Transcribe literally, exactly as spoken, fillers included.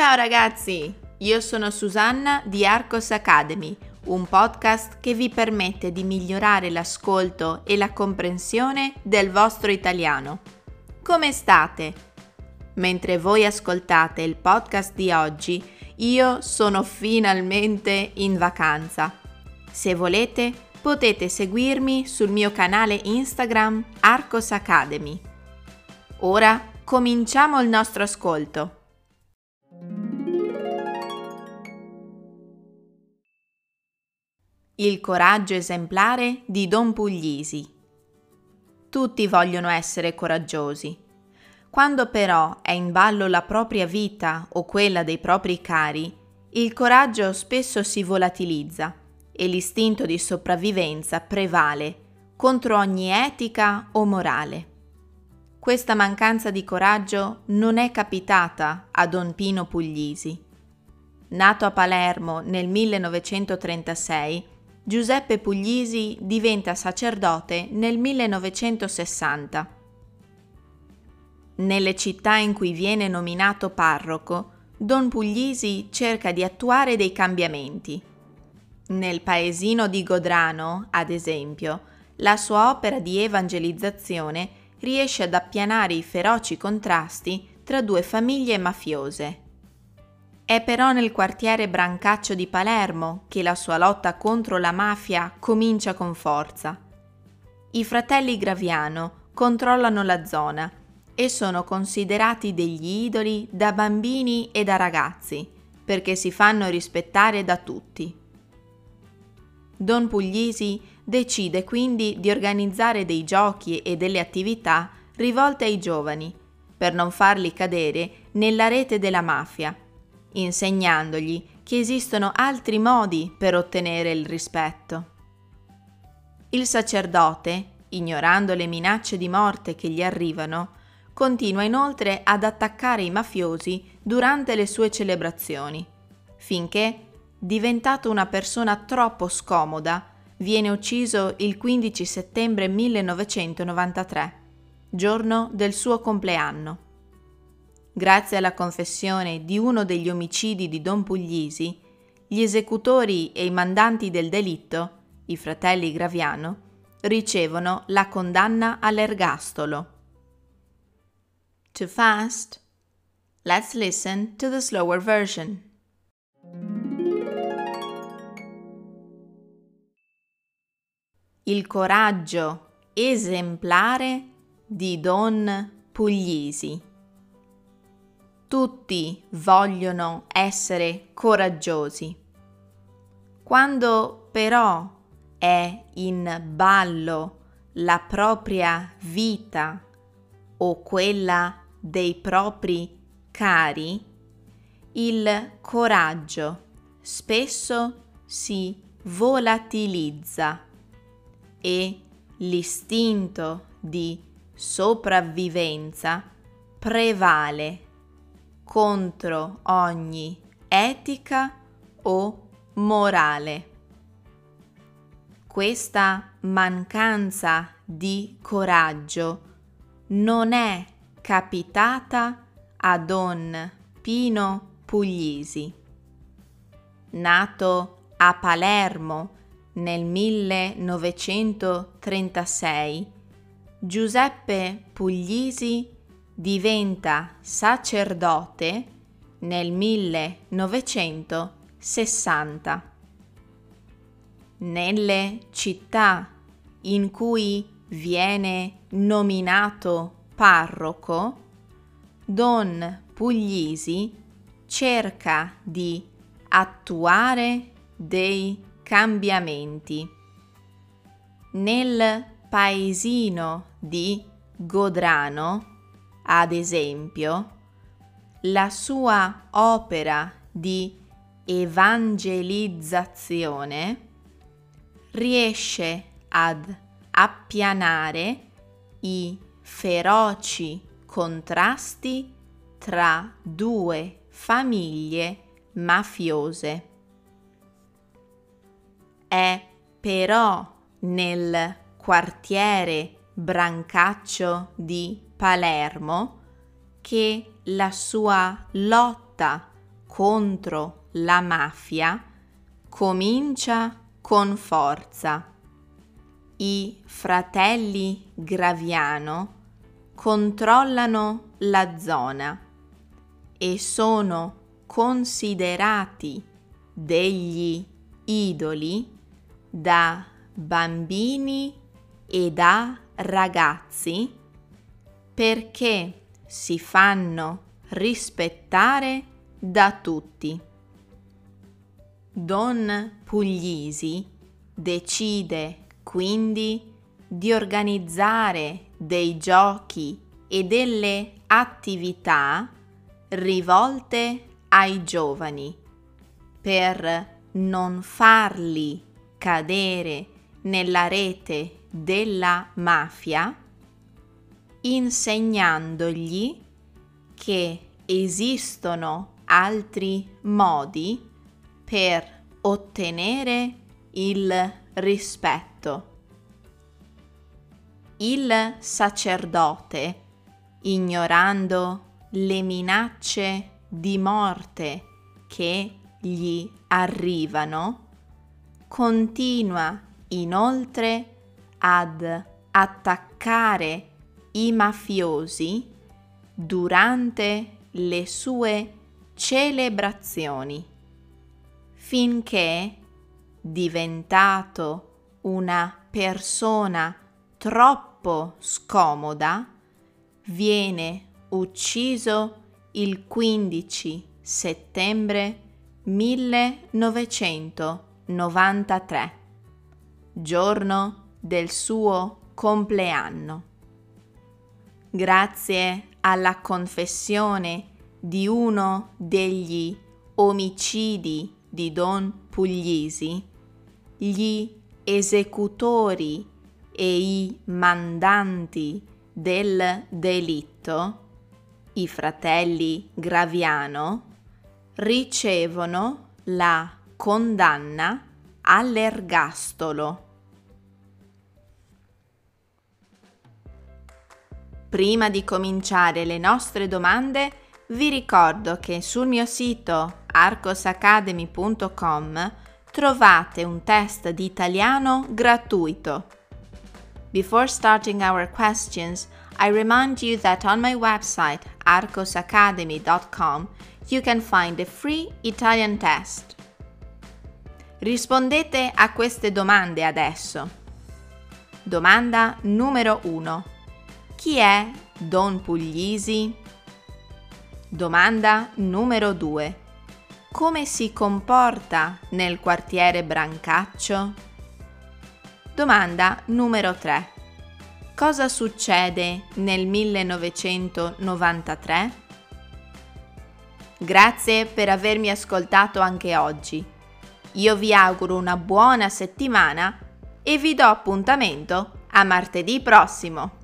Ciao ragazzi, io sono Susanna di Arcos Academy, un podcast che vi permette di migliorare l'ascolto e la comprensione del vostro italiano. Come state? Mentre voi ascoltate il podcast di oggi, io sono finalmente in vacanza. Se volete, potete seguirmi sul mio canale Instagram Arcos Academy. Ora cominciamo il nostro ascolto. Il coraggio esemplare di Don Puglisi. Tutti vogliono essere coraggiosi. Quando però è in ballo la propria vita o quella dei propri cari, il coraggio spesso si volatilizza e l'istinto di sopravvivenza prevale contro ogni etica o morale. Questa mancanza di coraggio non è capitata a Don Pino Puglisi. Nato a Palermo nel millenovecentotrentasei, Giuseppe Puglisi diventa sacerdote nel millenovecentosessanta. Nelle città in cui viene nominato parroco, Don Puglisi cerca di attuare dei cambiamenti. Nel paesino di Godrano, ad esempio, la sua opera di evangelizzazione riesce ad appianare i feroci contrasti tra due famiglie mafiose. È però nel quartiere Brancaccio di Palermo che la sua lotta contro la mafia comincia con forza. I fratelli Graviano controllano la zona e sono considerati degli idoli da bambini e da ragazzi, perché si fanno rispettare da tutti. Don Puglisi decide quindi di organizzare dei giochi e delle attività rivolte ai giovani, per non farli cadere nella rete della mafia, insegnandogli che esistono altri modi per ottenere il rispetto. Il sacerdote, ignorando le minacce di morte che gli arrivano, continua inoltre ad attaccare i mafiosi durante le sue celebrazioni, finché, diventato una persona troppo scomoda, viene ucciso il quindici settembre millenovecentonovantatré, giorno del suo compleanno. Grazie alla confessione di uno degli omicidi di Don Puglisi, gli esecutori e i mandanti del delitto, i fratelli Graviano, ricevono la condanna all'ergastolo. Too fast? Let's listen to the slower version. Il coraggio esemplare di Don Puglisi. Tutti vogliono essere coraggiosi. Quando però è in ballo la propria vita o quella dei propri cari, il coraggio spesso si volatilizza e l'istinto di sopravvivenza prevale contro ogni etica o morale. Questa mancanza di coraggio non è capitata a Don Pino Puglisi. Nato a Palermo nel millenovecentotrentasei, Giuseppe Puglisi diventa sacerdote nel millenovecentosessanta. Nelle città in cui viene nominato parroco, Don Puglisi cerca di attuare dei cambiamenti. Nel paesino di Godrano, ad esempio, la sua opera di evangelizzazione riesce ad appianare i feroci contrasti tra due famiglie mafiose. È però nel quartiere Brancaccio di Palermo che la sua lotta contro la mafia comincia con forza. I fratelli Graviano controllano la zona e sono considerati degli idoli da bambini e da ragazzi perché si fanno rispettare da tutti. Don Puglisi decide quindi di organizzare dei giochi e delle attività rivolte ai giovani per non farli cadere nella rete della mafia, insegnandogli che esistono altri modi per ottenere il rispetto. Il sacerdote, ignorando le minacce di morte che gli arrivano, continua inoltre ad attaccare i mafiosi durante le sue celebrazioni, finché, diventato una persona troppo scomoda, viene ucciso il quindici settembre millenovecentonovantatré, giorno del suo compleanno. Grazie alla confessione di uno degli omicidi di Don Puglisi, gli esecutori e i mandanti del delitto, i fratelli Graviano, ricevono la condanna all'ergastolo. Prima di cominciare le nostre domande, vi ricordo che sul mio sito arcos academy punto com trovate un test di italiano gratuito. Before starting our questions, I remind you that on my website arcos academy dot com you can find a free Italian test. Rispondete a queste domande adesso. Domanda numero uno. Chi è Don Puglisi? Domanda numero due. Come si comporta nel quartiere Brancaccio? Domanda numero tre. Cosa succede nel millenovecentonovantatré? Grazie per avermi ascoltato anche oggi. Io vi auguro una buona settimana e vi do appuntamento a martedì prossimo.